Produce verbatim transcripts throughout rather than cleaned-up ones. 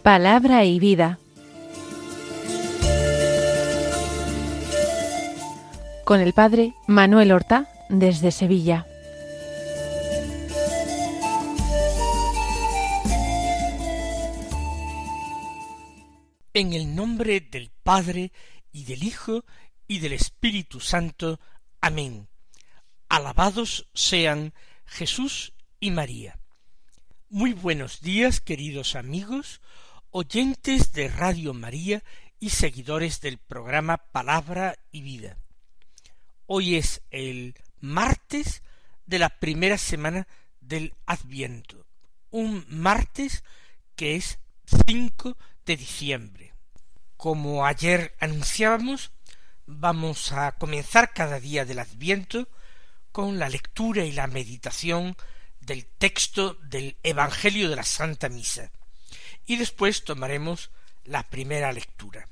Palabra y vida. Con el padre Manuel Horta, desde Sevilla. En el nombre del Padre, y del Hijo, y del Espíritu Santo. Amén. Alabados sean Jesús y María. Muy buenos días, queridos amigos, oyentes de Radio María y seguidores del programa Palabra y Vida. Hoy es el martes de la primera semana del Adviento, un martes que es cinco de diciembre. Como ayer anunciábamos, vamos a comenzar cada día del Adviento con la lectura y la meditación del texto del Evangelio de la Santa Misa, y después tomaremos la primera lectura.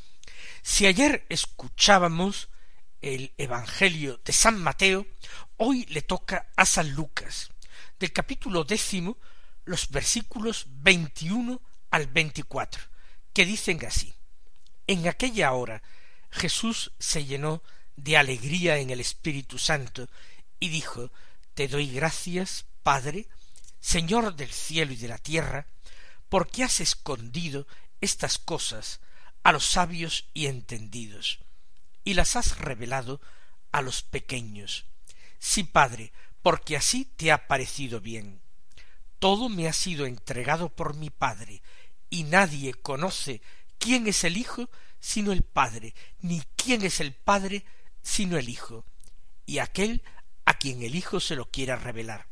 Si ayer escuchábamos el Evangelio de San Mateo, hoy le toca a San Lucas, del capítulo décimo, los versículos veintiuno al veinticuatro, que dicen así: En aquella hora Jesús se llenó de alegría en el Espíritu Santo y dijo: Te doy gracias, Padre, Señor del cielo y de la tierra, porque has escondido estas cosas a los sabios y entendidos, y las has revelado a los pequeños. Sí, Padre, porque así te ha parecido bien. Todo me ha sido entregado por mi Padre, y nadie conoce quién es el Hijo sino el Padre, ni quién es el Padre sino el Hijo, y aquel a quien el Hijo se lo quiera revelar.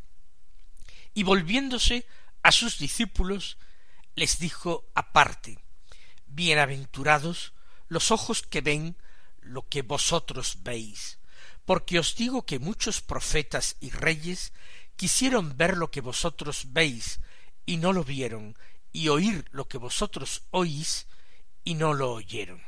Y volviéndose a sus discípulos, les dijo aparte: Bienaventurados los ojos que ven lo que vosotros veis, porque os digo que muchos profetas y reyes quisieron ver lo que vosotros veis, y no lo vieron, y oír lo que vosotros oís, y no lo oyeron.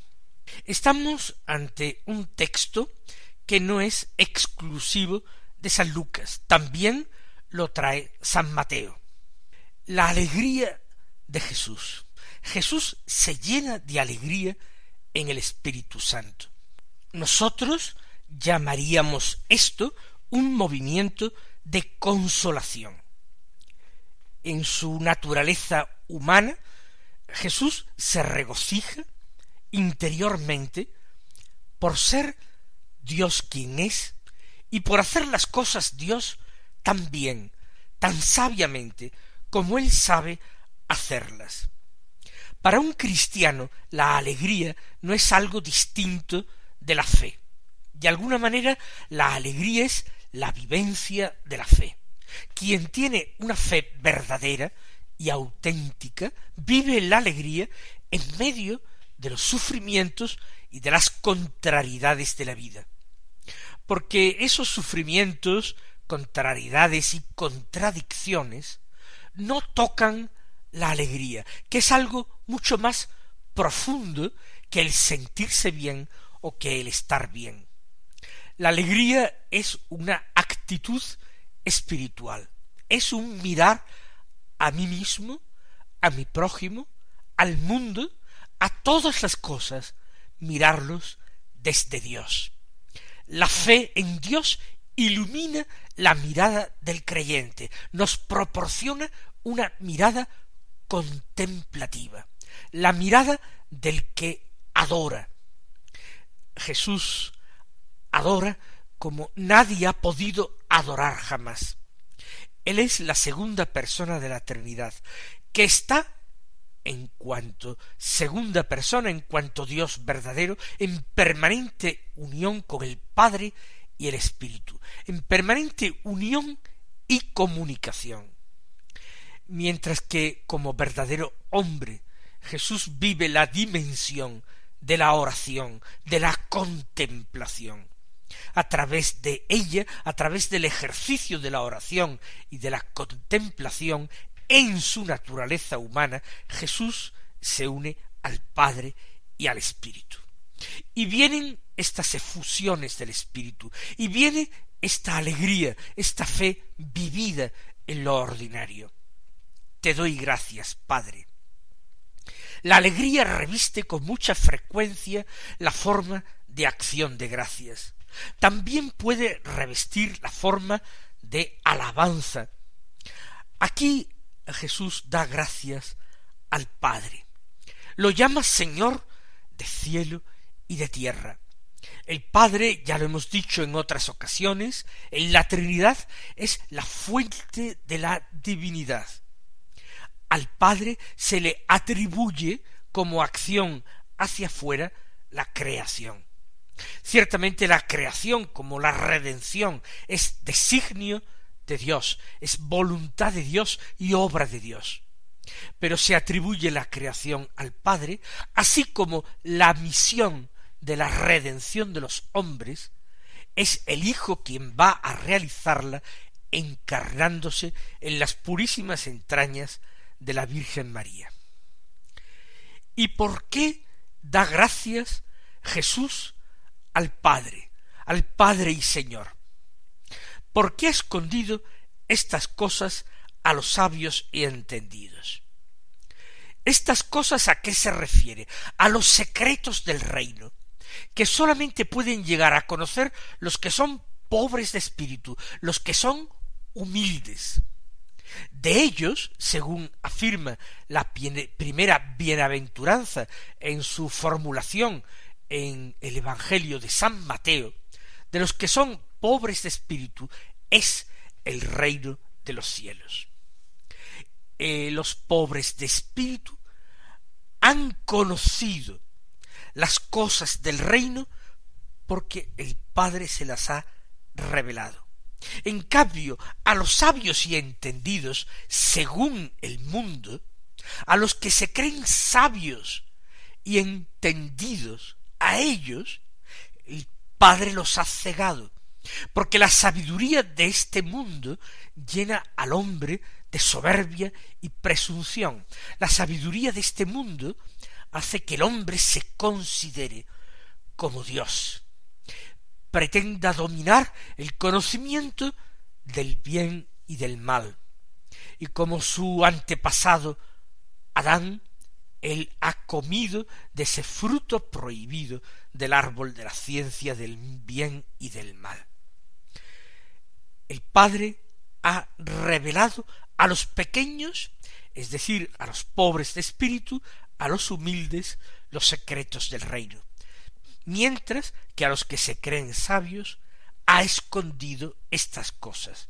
Estamos ante un texto que no es exclusivo de San Lucas, también lo trae San Mateo. La alegría de Jesús. Jesús se llena de alegría en el Espíritu Santo. Nosotros llamaríamos esto un movimiento de consolación. En su naturaleza humana, Jesús se regocija interiormente por ser Dios quien es y por hacer las cosas Dios tan bien, tan sabiamente como Él sabe hacerlas. Para un cristiano la alegría no es algo distinto de la fe. De alguna manera la alegría es la vivencia de la fe. Quien tiene una fe verdadera y auténtica vive la alegría en medio de los sufrimientos y de las contrariedades de la vida. Porque esos sufrimientos, contrariedades y contradicciones no tocan la alegría, que es algo mucho más profundo que el sentirse bien o que el estar bien. La alegría es una actitud espiritual, es un mirar a mí mismo, a mi prójimo, al mundo, a todas las cosas, mirarlos desde Dios. La fe en Dios ilumina la mirada del creyente, nos proporciona una mirada contemplativa, la mirada del que adora. Jesús adora como nadie ha podido adorar jamás. Él es la segunda persona de la Trinidad, que está en cuanto segunda persona, en cuanto Dios verdadero, en permanente unión con el Padre y el Espíritu, en permanente unión y comunicación. Mientras que como verdadero hombre Jesús vive la dimensión de la oración, de la contemplación. A través de ella, a través del ejercicio de la oración y de la contemplación, en su naturaleza humana, Jesús se une al Padre y al Espíritu. Y vienen estas efusiones del Espíritu, y viene esta alegría, esta fe vivida en lo ordinario. Te doy gracias, Padre. La alegría reviste con mucha frecuencia la forma de acción de gracias. También puede revestir la forma de alabanza. Aquí Jesús da gracias al Padre. Lo llama Señor de cielo y de tierra. El Padre, ya lo hemos dicho en otras ocasiones, en la Trinidad es la fuente de la divinidad. Al Padre se le atribuye como acción hacia afuera la creación. Ciertamente la creación, como la redención, es designio de Dios, es voluntad de Dios y obra de Dios. Pero se atribuye la creación al Padre, así como la misión de la redención de los hombres, es el Hijo quien va a realizarla encarnándose en las purísimas entrañas de la Virgen María. ¿Y por qué da gracias Jesús al Padre, al Padre y Señor? ¿Por qué ha escondido estas cosas a los sabios y entendidos? ¿Estas cosas a qué se refiere? A los secretos del reino, que solamente pueden llegar a conocer los que son pobres de espíritu, los que son humildes. De ellos, según afirma la primera bienaventuranza en su formulación en el Evangelio de San Mateo, de los que son pobres de espíritu, es el reino de los cielos. Eh, los pobres de espíritu han conocido las cosas del reino porque el Padre se las ha revelado. En cambio, a los sabios y entendidos, según el mundo, a los que se creen sabios y entendidos, a ellos el Padre los ha cegado, porque la sabiduría de este mundo llena al hombre de soberbia y presunción. La sabiduría de este mundo hace que el hombre se considere como Dios, pretenda dominar el conocimiento del bien y del mal, y como su antepasado Adán, él ha comido de ese fruto prohibido del árbol de la ciencia del bien y del mal. El Padre ha revelado a los pequeños, es decir, a los pobres de espíritu, a los humildes, los secretos del reino, mientras que a los que se creen sabios ha escondido estas cosas.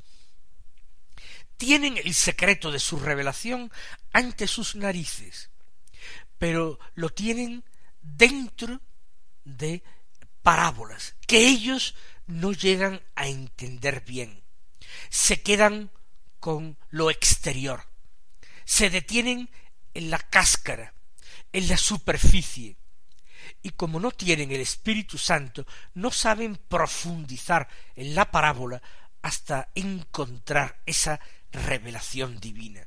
Tienen el secreto de su revelación ante sus narices, pero lo tienen dentro de parábolas que ellos no llegan a entender bien. Se quedan con lo exterior, se detienen en la cáscara, en la superficie, y como no tienen el Espíritu Santo, no saben profundizar en la parábola hasta encontrar esa revelación divina.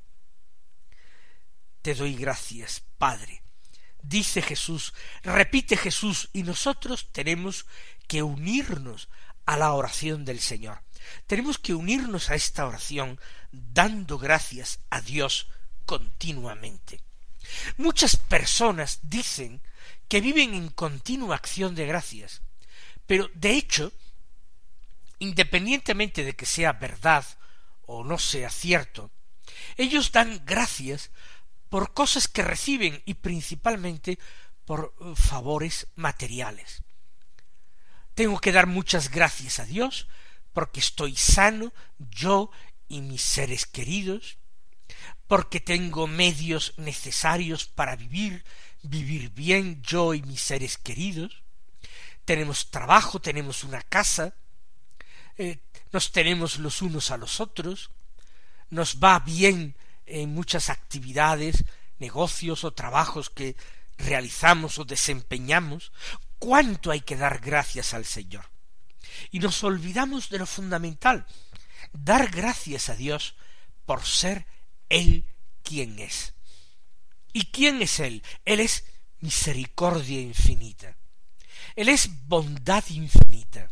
Te doy gracias, Padre, dice Jesús, repite Jesús, y nosotros tenemos que unirnos a la oración del Señor. Tenemos que unirnos a esta oración dando gracias a Dios continuamente. Muchas personas dicen que viven en continua acción de gracias, pero de hecho, independientemente de que sea verdad o no sea cierto, ellos dan gracias por cosas que reciben y principalmente por favores materiales. Tengo que dar muchas gracias a Dios porque estoy sano, yo y mis seres queridos, porque tengo medios necesarios para vivir, vivir bien yo y mis seres queridos, tenemos trabajo, tenemos una casa, eh, nos tenemos los unos a los otros, nos va bien en muchas actividades, negocios o trabajos que realizamos o desempeñamos. ¿Cuánto hay que dar gracias al Señor? Y nos olvidamos de lo fundamental, dar gracias a Dios por ser Él quien es. ¿Y quién es Él? Él es misericordia infinita. Él es bondad infinita.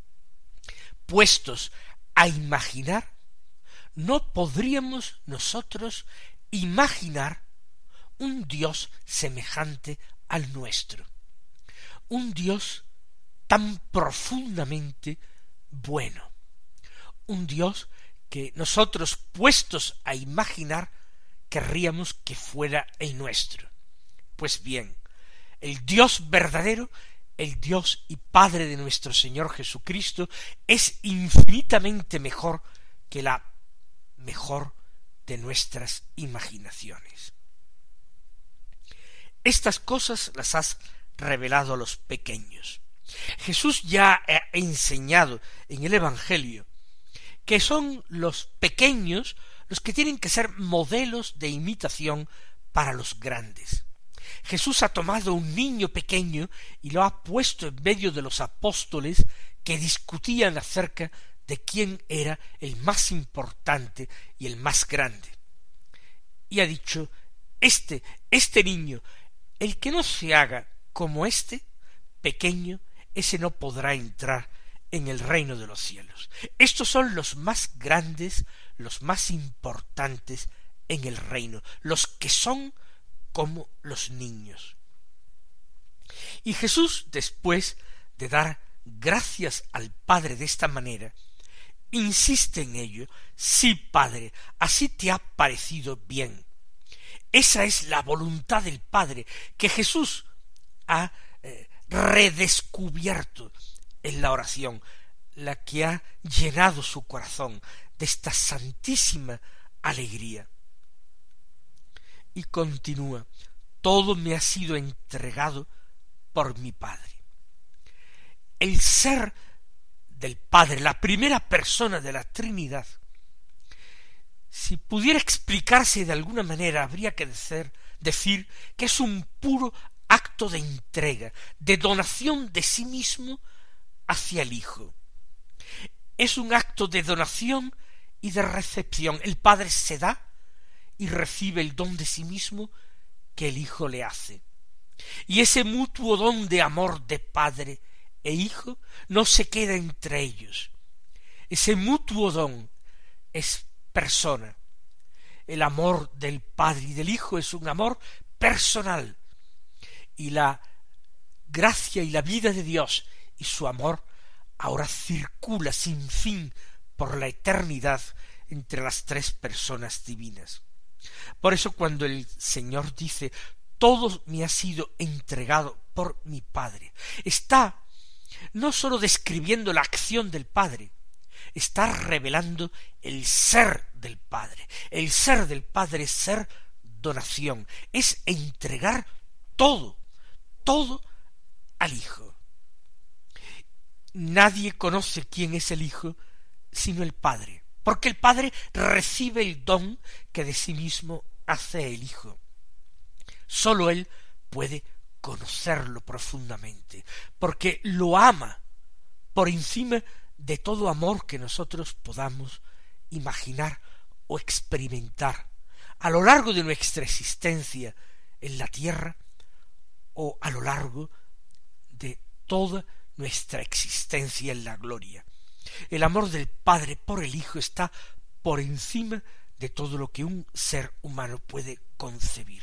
Puestos a imaginar, no podríamos nosotros imaginar un Dios semejante al nuestro, un Dios tan profundamente bueno, un Dios que nosotros, puestos a imaginar, querríamos que fuera el nuestro. Pues bien, el Dios verdadero, el Dios y Padre de nuestro Señor Jesucristo, es infinitamente mejor que la mejor de nuestras imaginaciones. Estas cosas las has revelado a los pequeños. Jesús ya ha enseñado en el Evangelio que son los pequeños los que tienen que ser modelos de imitación para los grandes. Jesús ha tomado un niño pequeño y lo ha puesto en medio de los apóstoles que discutían acerca de quién era el más importante y el más grande. Y ha dicho, este, este niño, el que no se haga como este, pequeño, ese no podrá entrar en el reino de los cielos. Estos son los más grandes, los más importantes en el reino, los que son como los niños. Y Jesús, después de dar gracias al Padre de esta manera, insiste en ello. Sí, Padre, así te ha parecido bien. Esa es la voluntad del Padre que Jesús ha eh, redescubierto en la oración, la que ha llenado su corazón de esta santísima alegría. Y continúa, todo me ha sido entregado por mi Padre. El ser del Padre, la primera persona de la Trinidad, si pudiera explicarse de alguna manera, habría que decir, decir que es un puro acto de entrega, de donación de sí mismo hacia el Hijo. Es un acto de donación y de recepción. El Padre se da y recibe el don de sí mismo que el Hijo le hace. Y ese mutuo don de amor de Padre e Hijo no se queda entre ellos. Ese mutuo don es persona. El amor del Padre y del Hijo es un amor personal. Y la gracia y la vida de Dios y su amor ahora circula sin fin por la eternidad entre las tres personas divinas. Por eso cuando el Señor dice, todo me ha sido entregado por mi Padre, está no sólo describiendo la acción del Padre, está revelando el ser del Padre. El ser del Padre es ser donación, es entregar todo, todo al Hijo. Nadie conoce quién es el Hijo sino el Padre, porque el Padre recibe el don que de sí mismo hace el Hijo. Sólo Él puede conocerlo profundamente, porque lo ama por encima de todo amor que nosotros podamos imaginar o experimentar a lo largo de nuestra existencia en la tierra o a lo largo de toda nuestra existencia en la gloria. El amor del Padre por el Hijo está por encima de todo lo que un ser humano puede concebir.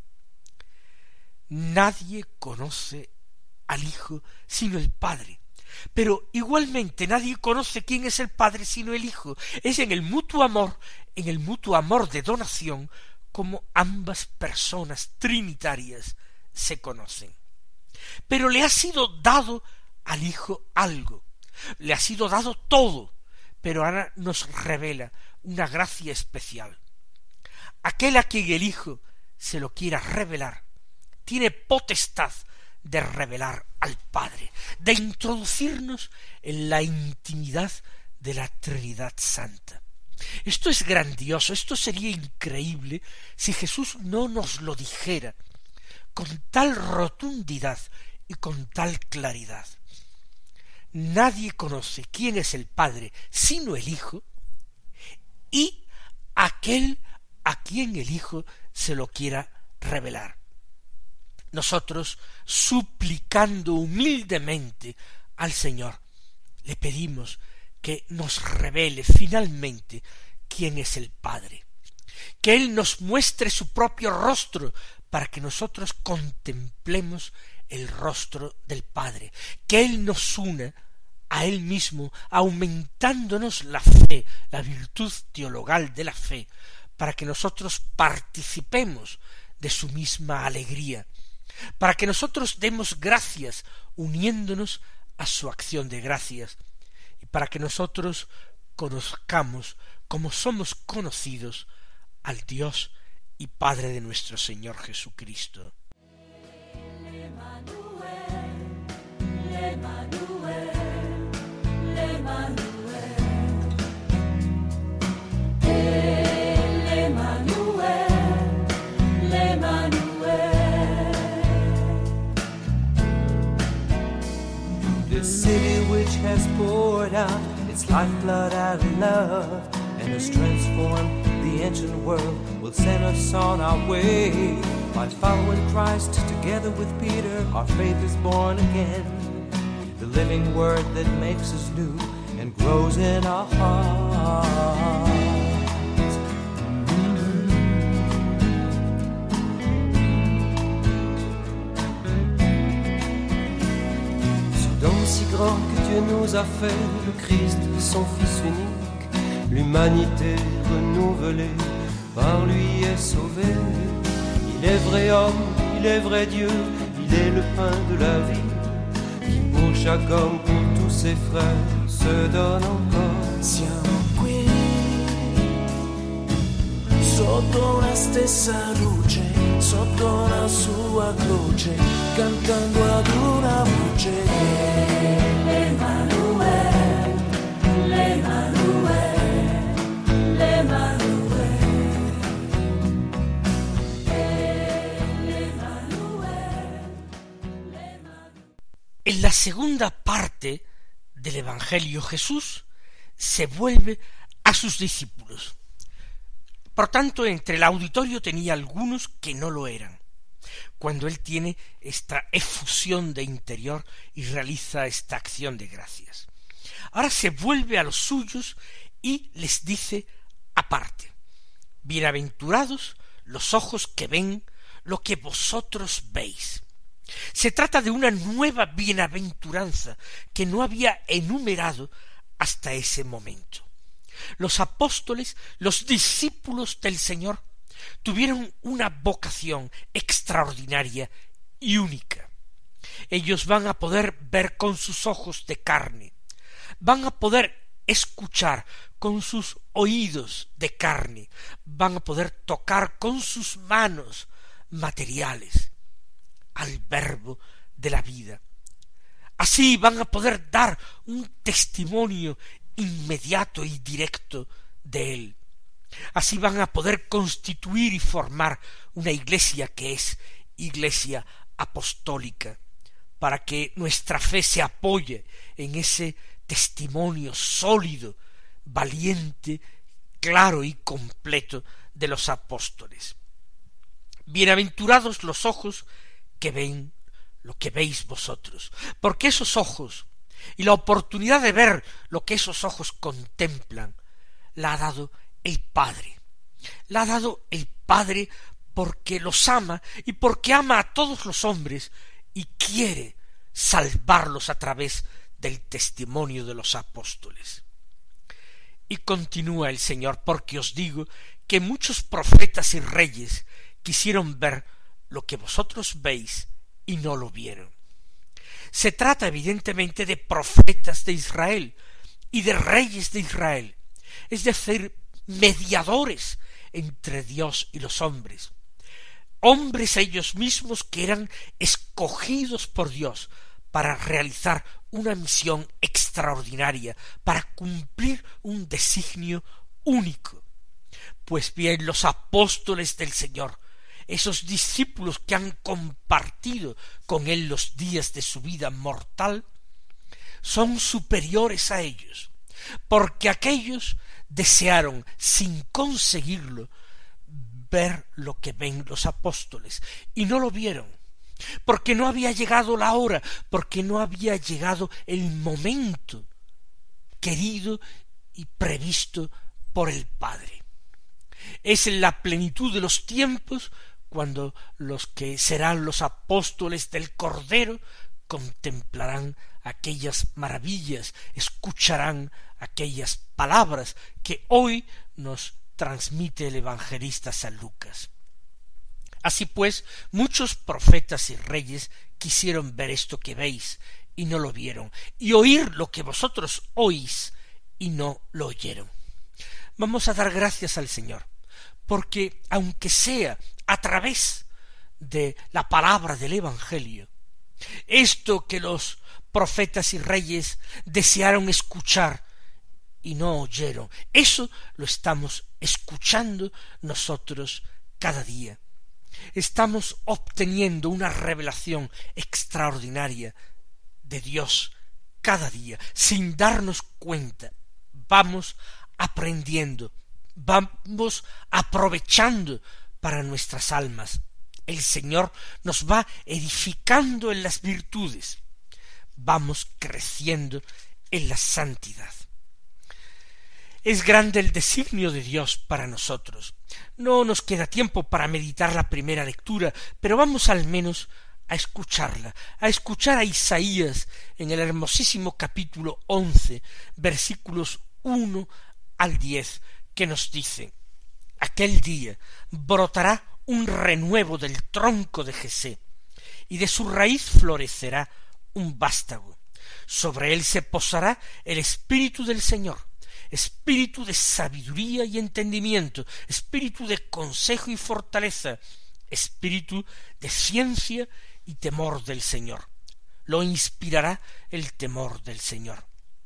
Nadie conoce al Hijo sino el Padre, pero igualmente nadie conoce quién es el Padre sino el Hijo. Es en el mutuo amor, en el mutuo amor de donación, como ambas personas trinitarias se conocen. Pero le ha sido dado al Hijo algo, le ha sido dado todo, pero ahora nos revela una gracia especial. Aquel a quien el Hijo se lo quiera revelar, tiene potestad de revelar al Padre, de introducirnos en la intimidad de la Trinidad Santa. Esto es grandioso, esto sería increíble si Jesús no nos lo dijera con tal rotundidad y con tal claridad. Nadie conoce quién es el Padre sino el Hijo, y aquel a quien el Hijo se lo quiera revelar. Nosotros, suplicando humildemente al Señor, le pedimos que nos revele finalmente quién es el Padre, que Él nos muestre su propio rostro para que nosotros contemplemos el rostro del Padre, que Él nos una a Él mismo, aumentándonos la fe, la virtud teologal de la fe, para que nosotros participemos de su misma alegría, para que nosotros demos gracias uniéndonos a su acción de gracias, y para que nosotros conozcamos como somos conocidos al Dios y Padre de nuestro Señor Jesucristo. The city which has poured out its lifeblood out of love and has transformed the ancient world will send us on our way. By following Christ together with Peter, our faith is born again. The living word that makes us new and grows in our hearts. Don si grand que Dieu nous a fait, le Christ, son Fils unique, l'humanité renouvelée, par lui est sauvée. Il est vrai homme, il est vrai Dieu, il est le pain de la vie, qui pour chaque homme, pour tous ses frères, se donne encore. Siamo qui, sotto una stessa luce, sotto la sua croce, cantando ad una voce. L'Emanuele, l'Emanuele, l'Emanuele, l'Emanuele. En la segunda parte del Evangelio Jesús se vuelve a sus discípulos. Por tanto, entre el auditorio tenía algunos que no lo eran, cuando él tiene esta efusión de interior y realiza esta acción de gracias. Ahora se vuelve a los suyos y les dice aparte: bienaventurados los ojos que ven lo que vosotros veis. Se trata de una nueva bienaventuranza que no había enumerado hasta ese momento. Los apóstoles, los discípulos del Señor, tuvieron una vocación extraordinaria y única. Ellos van a poder ver con sus ojos de carne, van a poder escuchar con sus oídos de carne, van a poder tocar con sus manos materiales al Verbo de la vida. Así van a poder dar un testimonio inmediato y directo de él. Así van a poder constituir y formar una iglesia que es iglesia apostólica, para que nuestra fe se apoye en ese testimonio sólido, valiente, claro y completo de los apóstoles. Bienaventurados los ojos que ven lo que veis vosotros, porque esos ojos y la oportunidad de ver lo que esos ojos contemplan la ha dado el Padre. La ha dado el Padre porque los ama y porque ama a todos los hombres y quiere salvarlos a través del testimonio de los apóstoles. Y continúa el Señor: porque os digo que muchos profetas y reyes quisieron ver lo que vosotros veis y no lo vieron. Se trata evidentemente de profetas de Israel y de reyes de Israel, es decir, mediadores entre Dios y los hombres, hombres ellos mismos que eran escogidos por Dios para realizar una misión extraordinaria, para cumplir un designio único. Pues bien, los apóstoles del Señor, esos discípulos que han compartido con él los días de su vida mortal, son superiores a ellos, porque aquellos desearon, sin conseguirlo, ver lo que ven los apóstoles, y no lo vieron, porque no había llegado la hora, porque no había llegado el momento querido y previsto por el Padre. Es en la plenitud de los tiempos cuando los que serán los apóstoles del Cordero contemplarán aquellas maravillas, escucharán aquellas palabras que hoy nos transmite el evangelista San Lucas. Así pues, muchos profetas y reyes quisieron ver esto que veis, y no lo vieron, y oír lo que vosotros oís, y no lo oyeron. Vamos a dar gracias al Señor, porque aunque sea a través de la palabra del Evangelio, esto que los profetas y reyes desearon escuchar y no oyeron, eso lo estamos escuchando nosotros cada día. Estamos obteniendo una revelación extraordinaria de Dios cada día, sin darnos cuenta. Vamos aprendiendo, vamos aprovechando para nuestras almas. El Señor nos va edificando en las virtudes, vamos creciendo en la santidad. Es grande el designio de Dios para nosotros. No nos queda tiempo para meditar la primera lectura, pero vamos al menos a escucharla, a escuchar a Isaías en el hermosísimo capítulo once, versículos uno al diez, que nos dice: aquel día brotará un renuevo del tronco de Jesé, y de su raíz florecerá un vástago. Sobre él se posará el Espíritu del Señor, espíritu de sabiduría y entendimiento, espíritu de consejo y fortaleza, espíritu de ciencia y temor del Señor. Lo inspirará el temor del Señor.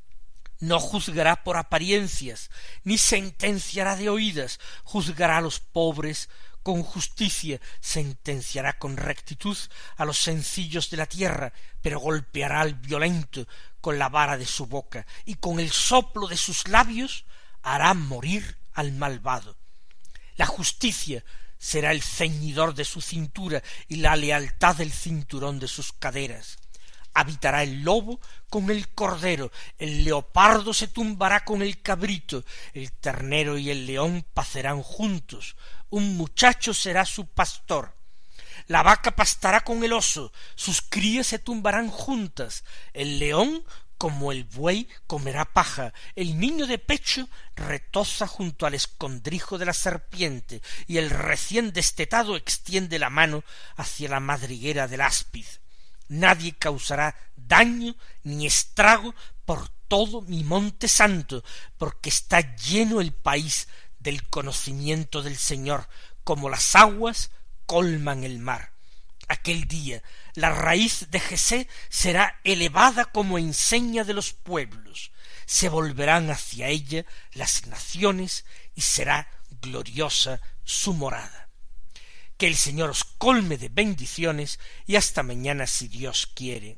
No juzgará por apariencias, ni sentenciará de oídas, juzgará a los pobres con justicia, sentenciará con rectitud a los sencillos de la tierra, pero golpeará al violento con la vara de su boca, y con el soplo de sus labios hará morir al malvado. La justicia será el ceñidor de su cintura, y la lealtad el cinturón de sus caderas. Habitará el lobo con el cordero, el leopardo se tumbará con el cabrito, el ternero y el león pacerán juntos, un muchacho será su pastor. La vaca pastará con el oso, sus crías se tumbarán juntas, el león como el buey comerá paja, el niño de pecho retoza junto al escondrijo de la serpiente, y el recién destetado extiende la mano hacia la madriguera del áspid. Nadie causará daño ni estrago por todo mi monte santo, porque está lleno el país del conocimiento del Señor, como las aguas colman el mar. Aquel día la raíz de Jesé será elevada como enseña de los pueblos, se volverán hacia ella las naciones y será gloriosa su morada. Que el Señor os colme de bendiciones y hasta mañana si Dios quiere.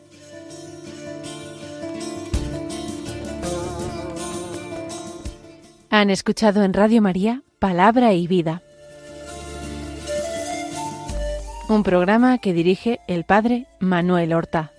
Han escuchado en Radio María Palabra y Vida, un programa que dirige el Padre Manuel Horta.